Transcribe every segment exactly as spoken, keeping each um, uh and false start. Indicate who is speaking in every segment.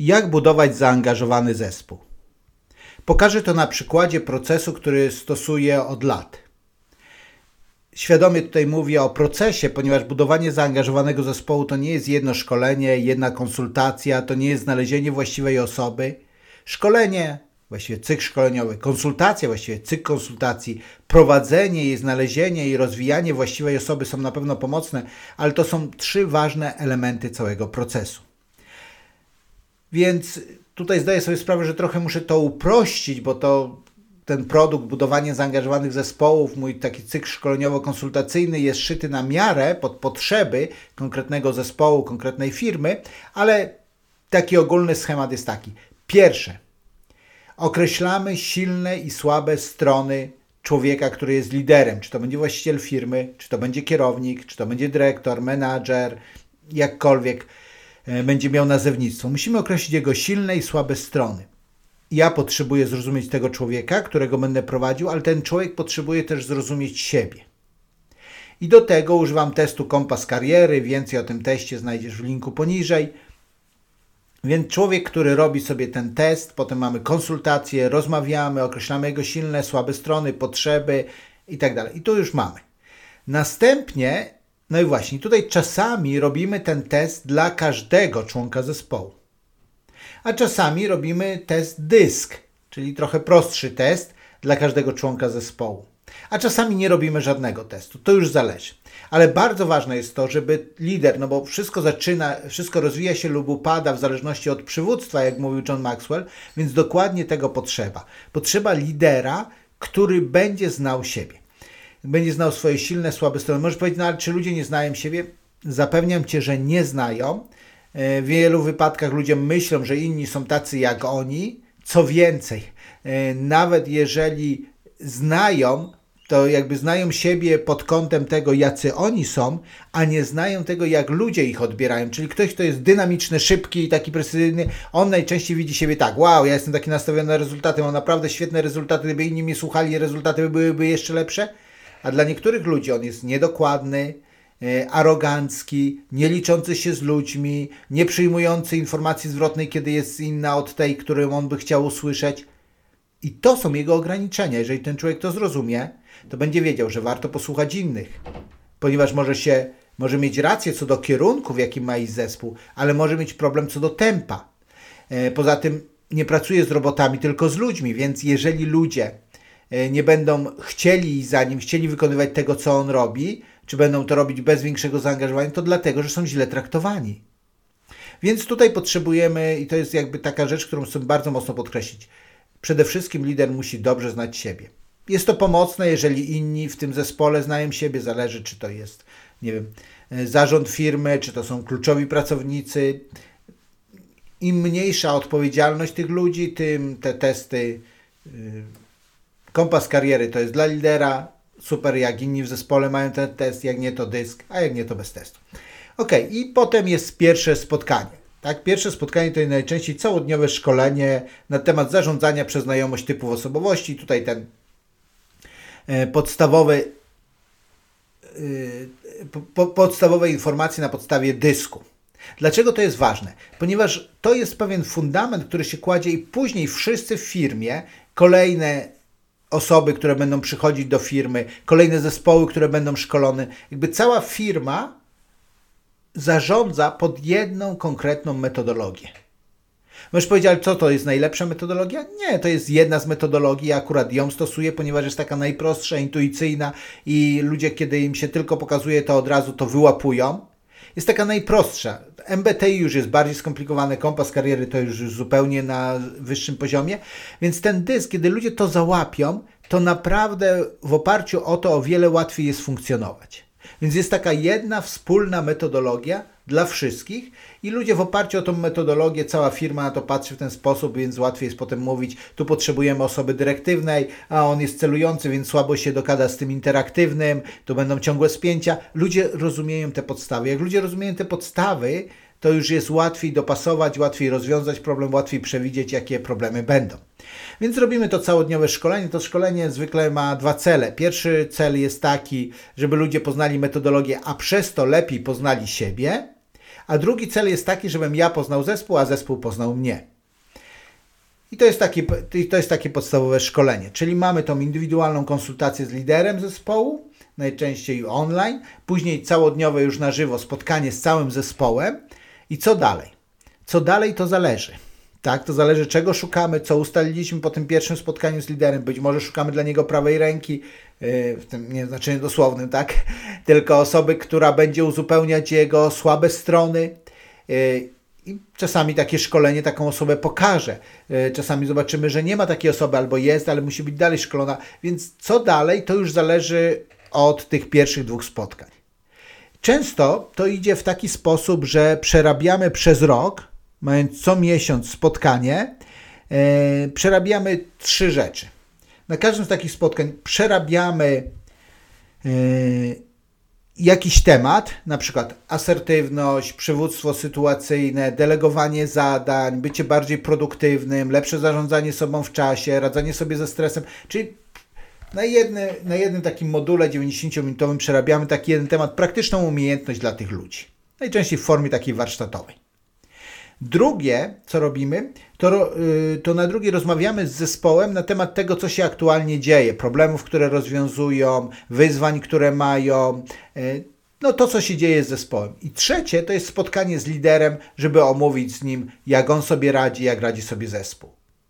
Speaker 1: Jak budować zaangażowany zespół? Pokażę to na przykładzie procesu, który stosuję od lat. Świadomie tutaj mówię o procesie, ponieważ budowanie zaangażowanego zespołu to nie jest jedno szkolenie, jedna konsultacja, to nie jest znalezienie właściwej osoby. Szkolenie, właściwie cykl szkoleniowy, konsultacja, właściwie cykl konsultacji, prowadzenie jej, znalezienie i rozwijanie właściwej osoby są na pewno pomocne, ale to są trzy ważne elementy całego procesu. Więc tutaj zdaję sobie sprawę, że trochę muszę to uprościć, bo to ten produkt, budowanie zaangażowanych zespołów, mój taki cykl szkoleniowo-konsultacyjny jest szyty na miarę pod potrzeby konkretnego zespołu, konkretnej firmy, ale taki ogólny schemat jest taki. Pierwsze, określamy silne i słabe strony człowieka, który jest liderem. Czy to będzie właściciel firmy, czy to będzie kierownik, czy to będzie dyrektor, menadżer, jakkolwiek będzie miał nazewnictwo. Musimy określić jego silne i słabe strony. Ja potrzebuję zrozumieć tego człowieka, którego będę prowadził, ale ten człowiek potrzebuje też zrozumieć siebie. I do tego używam testu Kompas Kariery. Więcej o tym teście znajdziesz w linku poniżej. Więc człowiek, który robi sobie ten test, potem mamy konsultacje, rozmawiamy, określamy jego silne, słabe strony, potrzeby i tak dalej. I tu już mamy. Następnie, no i właśnie, tutaj czasami robimy ten test dla każdego członka zespołu. A czasami robimy test dysk, czyli trochę prostszy test dla każdego członka zespołu. A czasami nie robimy żadnego testu, to już zależy. Ale bardzo ważne jest to, żeby lider, no bo wszystko zaczyna, wszystko rozwija się lub upada w zależności od przywództwa, jak mówił John Maxwell, więc dokładnie tego potrzeba. Potrzeba lidera, który będzie znał siebie. Będzie znał swoje silne, słabe strony. Możesz powiedzieć, no ale czy ludzie nie znają siebie? Zapewniam Cię, że nie znają. W wielu wypadkach ludzie myślą, że inni są tacy jak oni. Co więcej, nawet jeżeli znają, to jakby znają siebie pod kątem tego, jacy oni są, a nie znają tego, jak ludzie ich odbierają. Czyli ktoś, kto jest dynamiczny, szybki i taki precyzyjny, on najczęściej widzi siebie tak, wow, ja jestem taki nastawiony na rezultaty, mam naprawdę świetne rezultaty, gdyby inni mnie słuchali, rezultaty byłyby jeszcze lepsze. A dla niektórych ludzi on jest niedokładny, arogancki, nie liczący się z ludźmi, nie przyjmujący informacji zwrotnej, kiedy jest inna od tej, którą on by chciał usłyszeć. I to są jego ograniczenia. Jeżeli ten człowiek to zrozumie, to będzie wiedział, że warto posłuchać innych, ponieważ może się, może mieć rację co do kierunku, w jakim ma iść zespół, ale może mieć problem co do tempa. Poza tym nie pracuje z robotami, tylko z ludźmi, więc jeżeli ludzie nie będą chcieli za nim, chcieli wykonywać tego, co on robi, czy będą to robić bez większego zaangażowania, to dlatego, że są źle traktowani. Więc tutaj potrzebujemy, i to jest jakby taka rzecz, którą chcę bardzo mocno podkreślić, przede wszystkim lider musi dobrze znać siebie. Jest to pomocne, jeżeli inni w tym zespole znają siebie, zależy, czy to jest, nie wiem, zarząd firmy, czy to są kluczowi pracownicy. Im mniejsza odpowiedzialność tych ludzi, tym te testy, yy, Kompas Kariery to jest dla lidera, super, jak inni w zespole mają ten test, jak nie to dysk, a jak nie to bez testu. Ok, i potem jest pierwsze spotkanie. Tak, pierwsze spotkanie to jest najczęściej całodniowe szkolenie na temat zarządzania przez znajomość typów osobowości. Tutaj ten e, podstawowy, e, po, podstawowe informacje na podstawie dysku. Dlaczego to jest ważne? Ponieważ to jest pewien fundament, który się kładzie i później wszyscy w firmie, kolejne osoby, które będą przychodzić do firmy, kolejne zespoły, które będą szkolone, jakby cała firma zarządza pod jedną konkretną metodologię. Możesz powiedzieć, ale co to jest najlepsza metodologia? Nie, to jest jedna z metodologii, ja akurat ją stosuję, ponieważ jest taka najprostsza, intuicyjna i ludzie, kiedy im się tylko pokazuje, to od razu to wyłapują. Jest taka najprostsza. M B T I już jest bardziej skomplikowane, Kompas Kariery to już zupełnie na wyższym poziomie, więc ten dysk, kiedy ludzie to załapią, to naprawdę w oparciu o to o wiele łatwiej jest funkcjonować. Więc jest taka jedna wspólna metodologia dla wszystkich i ludzie w oparciu o tą metodologię, cała firma na to patrzy w ten sposób, więc łatwiej jest potem mówić, tu potrzebujemy osoby dyrektywnej, a on jest celujący, więc słabo się dokada z tym interaktywnym, tu będą ciągłe spięcia. Ludzie rozumieją te podstawy. Jak ludzie rozumieją te podstawy, to już jest łatwiej dopasować, łatwiej rozwiązać problem, łatwiej przewidzieć, jakie problemy będą. Więc robimy to całodniowe szkolenie. To szkolenie zwykle ma dwa cele. Pierwszy cel jest taki, żeby ludzie poznali metodologię, a przez to lepiej poznali siebie. a drugi cel jest taki, żebym ja poznał zespół, a zespół poznał mnie. I to jest takie, to jest takie podstawowe szkolenie, czyli mamy tą indywidualną konsultację z liderem zespołu, najczęściej online, później całodniowe już na żywo spotkanie z całym zespołem i co dalej? Co dalej to zależy. Tak, to zależy czego szukamy, co ustaliliśmy po tym pierwszym spotkaniu z liderem. Być może szukamy dla niego prawej ręki, w tym nie znaczeniu dosłownym, tak? Tylko osoby, która będzie uzupełniać jego słabe strony. I czasami takie szkolenie taką osobę pokaże. Czasami zobaczymy, że nie ma takiej osoby albo jest, ale musi być dalej szkolona. Więc co dalej, to już zależy od tych pierwszych dwóch spotkań. Często to idzie w taki sposób, że przerabiamy przez rok, mając co miesiąc spotkanie, e, przerabiamy trzy rzeczy. Na każdym z takich spotkań przerabiamy e, jakiś temat, na przykład asertywność, przywództwo sytuacyjne, delegowanie zadań, bycie bardziej produktywnym, lepsze zarządzanie sobą w czasie, radzenie sobie ze stresem, czyli na, jedny, na jednym takim module dziewięćdziesięciominutowym przerabiamy taki jeden temat, praktyczną umiejętność dla tych ludzi. Najczęściej w formie takiej warsztatowej. Drugie, co robimy, to, to na drugie rozmawiamy z zespołem na temat tego, co się aktualnie dzieje, problemów, które rozwiązują, wyzwań, które mają, no to, co się dzieje z zespołem. I trzecie, to jest spotkanie z liderem, żeby omówić z nim, jak on sobie radzi, jak radzi sobie zespół.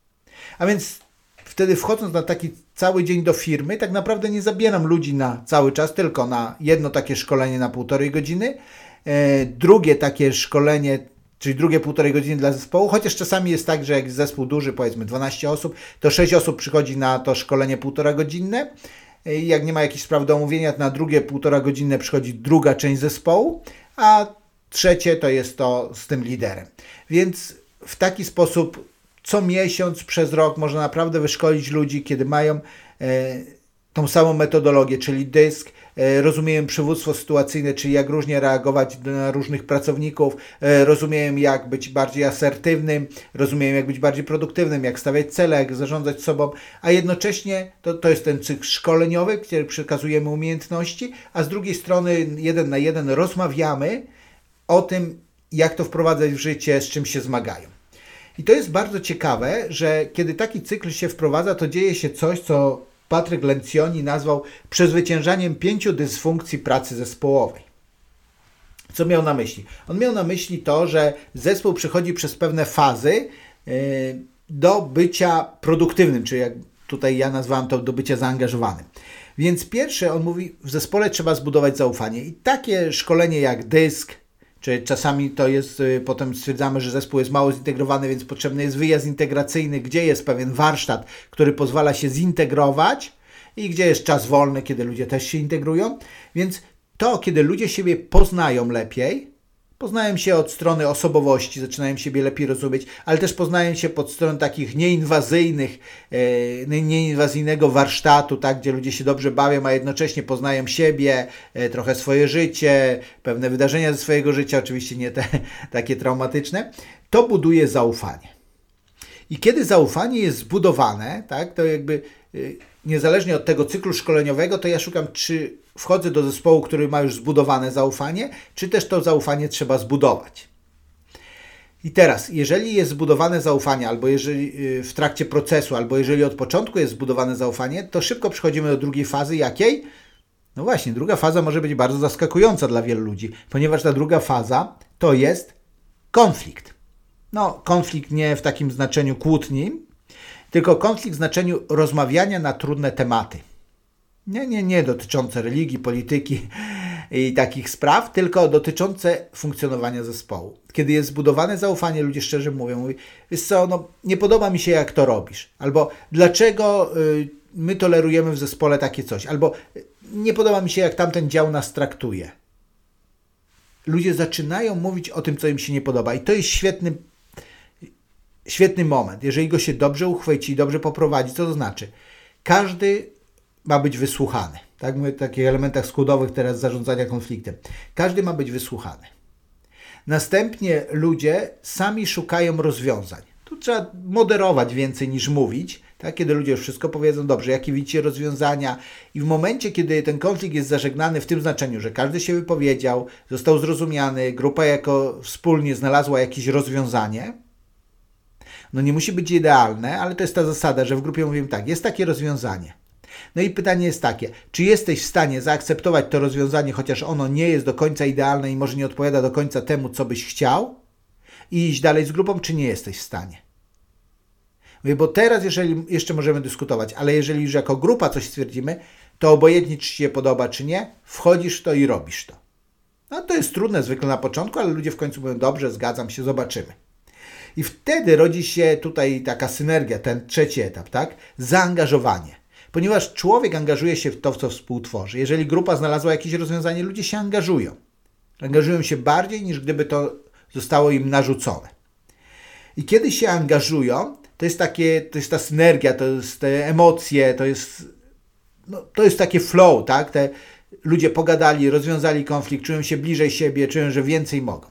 Speaker 1: A więc wtedy wchodząc na taki cały dzień do firmy, tak naprawdę nie zabieram ludzi na cały czas, tylko na jedno takie szkolenie na półtorej godziny, drugie takie szkolenie, czyli drugie półtorej godziny dla zespołu, chociaż czasami jest tak, że jak zespół duży, powiedzmy dwanaście osób, to sześć osób przychodzi na to szkolenie półtora godzinne. Jak nie ma jakichś spraw do omówienia, to na drugie półtora godzinne przychodzi druga część zespołu, a trzecie to jest to z tym liderem. Więc w taki sposób co miesiąc przez rok można naprawdę wyszkolić ludzi, kiedy mają e, tą samą metodologię, czyli dysk, e, rozumieją przywództwo sytuacyjne, czyli jak różnie reagować na różnych pracowników, e, rozumieją jak być bardziej asertywnym, rozumieją jak być bardziej produktywnym, jak stawiać cele, jak zarządzać sobą, a jednocześnie to, to jest ten cykl szkoleniowy, gdzie przekazujemy umiejętności, a z drugiej strony jeden na jeden rozmawiamy o tym, jak to wprowadzać w życie, z czym się zmagają. I to jest bardzo ciekawe, że kiedy taki cykl się wprowadza, to dzieje się coś, co Patryk Lencioni nazwał przezwyciężaniem pięciu dysfunkcji pracy zespołowej. Co miał na myśli? On miał na myśli to, że zespół przechodzi przez pewne fazy yy, do bycia produktywnym, czyli jak tutaj ja nazwałem to do bycia zaangażowanym. Więc pierwsze, on mówi, w zespole trzeba zbudować zaufanie. I takie szkolenie jak dysk, czy czasami to jest, potem stwierdzamy, że zespół jest mało zintegrowany, więc potrzebny jest wyjazd integracyjny, gdzie jest pewien warsztat, który pozwala się zintegrować i gdzie jest czas wolny, kiedy ludzie też się integrują. Więc to, kiedy ludzie siebie poznają lepiej, poznają się od strony osobowości, zaczynają siebie lepiej rozumieć, ale też poznają się pod stron takich nieinwazyjnych, e, nieinwazyjnego warsztatu, tak, gdzie ludzie się dobrze bawią, a jednocześnie poznają siebie, e, trochę swoje życie, pewne wydarzenia ze swojego życia, oczywiście nie te takie traumatyczne, to buduje zaufanie. I kiedy zaufanie jest zbudowane, tak, to jakby e, niezależnie od tego cyklu szkoleniowego, to ja szukam, czy wchodzę do zespołu, który ma już zbudowane zaufanie, czy też to zaufanie trzeba zbudować. I teraz, jeżeli jest zbudowane zaufanie, albo jeżeli w trakcie procesu, albo jeżeli od początku jest zbudowane zaufanie, to szybko przechodzimy do drugiej fazy. Jakiej? No właśnie, druga faza może być bardzo zaskakująca dla wielu ludzi, ponieważ ta druga faza to jest konflikt. No, konflikt nie w takim znaczeniu kłótni, tylko konflikt w znaczeniu rozmawiania na trudne tematy. Nie, nie, nie dotyczące religii, polityki i takich spraw, tylko dotyczące funkcjonowania zespołu. Kiedy jest zbudowane zaufanie, ludzie szczerze mówią, mówi, wiesz co, no nie podoba mi się, jak to robisz, albo dlaczego y, my tolerujemy w zespole takie coś, albo nie podoba mi się, jak tamten dział nas traktuje. Ludzie zaczynają mówić o tym, co im się nie podoba i to jest świetny, świetny moment. Jeżeli go się dobrze uchwyci, dobrze poprowadzi, co to znaczy? Każdy ma być wysłuchany. Tak mówię o takich elementach składowych teraz zarządzania konfliktem. Każdy ma być wysłuchany. Następnie ludzie sami szukają rozwiązań. Tu trzeba moderować więcej niż mówić, Tak? Kiedy ludzie już wszystko powiedzą, dobrze, jakie widzicie rozwiązania i w momencie, kiedy ten konflikt jest zażegnany w tym znaczeniu, że każdy się wypowiedział, został zrozumiany, grupa jako wspólnie znalazła jakieś rozwiązanie, no nie musi być idealne, ale to jest ta zasada, że w grupie mówimy tak, jest takie rozwiązanie. No i pytanie jest takie, czy jesteś w stanie zaakceptować to rozwiązanie, chociaż ono nie jest do końca idealne i może nie odpowiada do końca temu, co byś chciał i iść dalej z grupą, czy nie jesteś w stanie? Mówię, bo teraz jeżeli jeszcze możemy dyskutować, ale jeżeli już jako grupa coś stwierdzimy, to obojętnie, czy ci się podoba, czy nie, wchodzisz w to i robisz to. No to jest trudne zwykle na początku, ale ludzie w końcu mówią, dobrze, zgadzam się, zobaczymy. I wtedy rodzi się tutaj taka synergia, ten trzeci etap, tak? Zaangażowanie. Ponieważ człowiek angażuje się w to, w co współtworzy. Jeżeli grupa znalazła jakieś rozwiązanie, ludzie się angażują. Angażują się bardziej, niż gdyby to zostało im narzucone. I kiedy się angażują, to jest takie, to jest ta synergia, to jest te emocje, to jest, no, to jest takie flow, tak? Te ludzie pogadali, rozwiązali konflikt, czują się bliżej siebie, czują, że więcej mogą.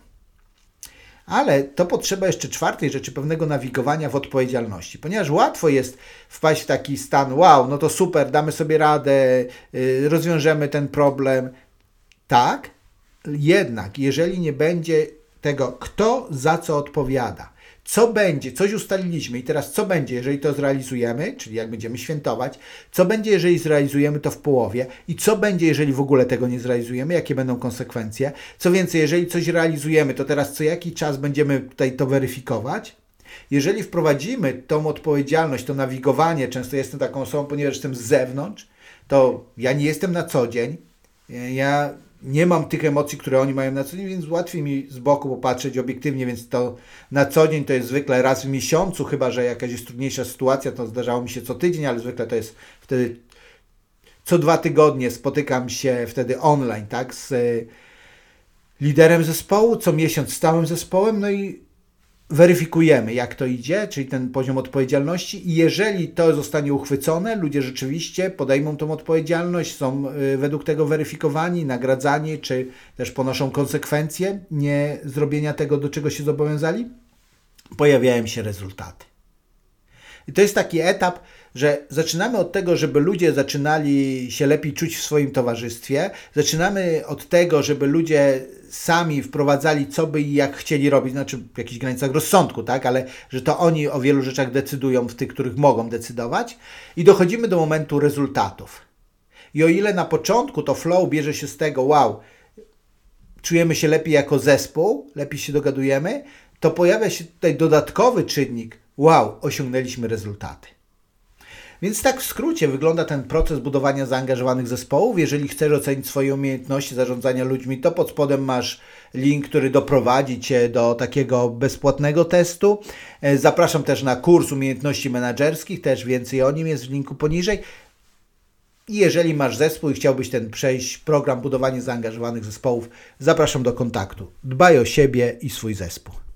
Speaker 1: Ale to potrzeba jeszcze czwartej rzeczy, pewnego nawigowania w odpowiedzialności, ponieważ łatwo jest wpaść w taki stan, wow, no to super, damy sobie radę, yy, rozwiążemy ten problem. Tak, jednak jeżeli nie będzie tego, kto za co odpowiada, co będzie, coś ustaliliśmy i teraz co będzie, jeżeli to zrealizujemy, czyli jak będziemy świętować, co będzie, jeżeli zrealizujemy to w połowie i co będzie, jeżeli w ogóle tego nie zrealizujemy, jakie będą konsekwencje. Co więcej, jeżeli coś realizujemy, to teraz co jaki czas będziemy tutaj to weryfikować. Jeżeli wprowadzimy tą odpowiedzialność, to nawigowanie, często jestem taką osobą, ponieważ jestem z zewnątrz, to ja nie jestem na co dzień, ja nie mam tych emocji, które oni mają na co dzień, więc łatwiej mi z boku popatrzeć obiektywnie, więc to na co dzień to jest zwykle raz w miesiącu, chyba że jakaś jest trudniejsza sytuacja, to zdarzało mi się co tydzień, ale zwykle to jest wtedy co dwa tygodnie spotykam się wtedy online, tak, z liderem zespołu, co miesiąc z całym zespołem, no i weryfikujemy, jak to idzie, czyli ten poziom odpowiedzialności i jeżeli to zostanie uchwycone, ludzie rzeczywiście podejmą tą odpowiedzialność, są według tego weryfikowani, nagradzani, czy też ponoszą konsekwencje nie zrobienia tego, do czego się zobowiązali, pojawiają się rezultaty. I to jest taki etap, że zaczynamy od tego, żeby ludzie zaczynali się lepiej czuć w swoim towarzystwie. Zaczynamy od tego, żeby ludzie sami wprowadzali, co by i jak chcieli robić, znaczy w jakichś granicach rozsądku, tak, ale że to oni o wielu rzeczach decydują w tych, których mogą decydować. I dochodzimy do momentu rezultatów. I o ile na początku to flow bierze się z tego, wow, czujemy się lepiej jako zespół, lepiej się dogadujemy, to pojawia się tutaj dodatkowy czynnik, wow, osiągnęliśmy rezultaty. Więc tak w skrócie wygląda ten proces budowania zaangażowanych zespołów. Jeżeli chcesz ocenić swoje umiejętności zarządzania ludźmi, to pod spodem masz link, który doprowadzi Cię do takiego bezpłatnego testu. Zapraszam też na kurs umiejętności menedżerskich, też więcej o nim jest w linku poniżej. I jeżeli masz zespół i chciałbyś ten przejść program budowania zaangażowanych zespołów, zapraszam do kontaktu. Dbaj o siebie i swój zespół.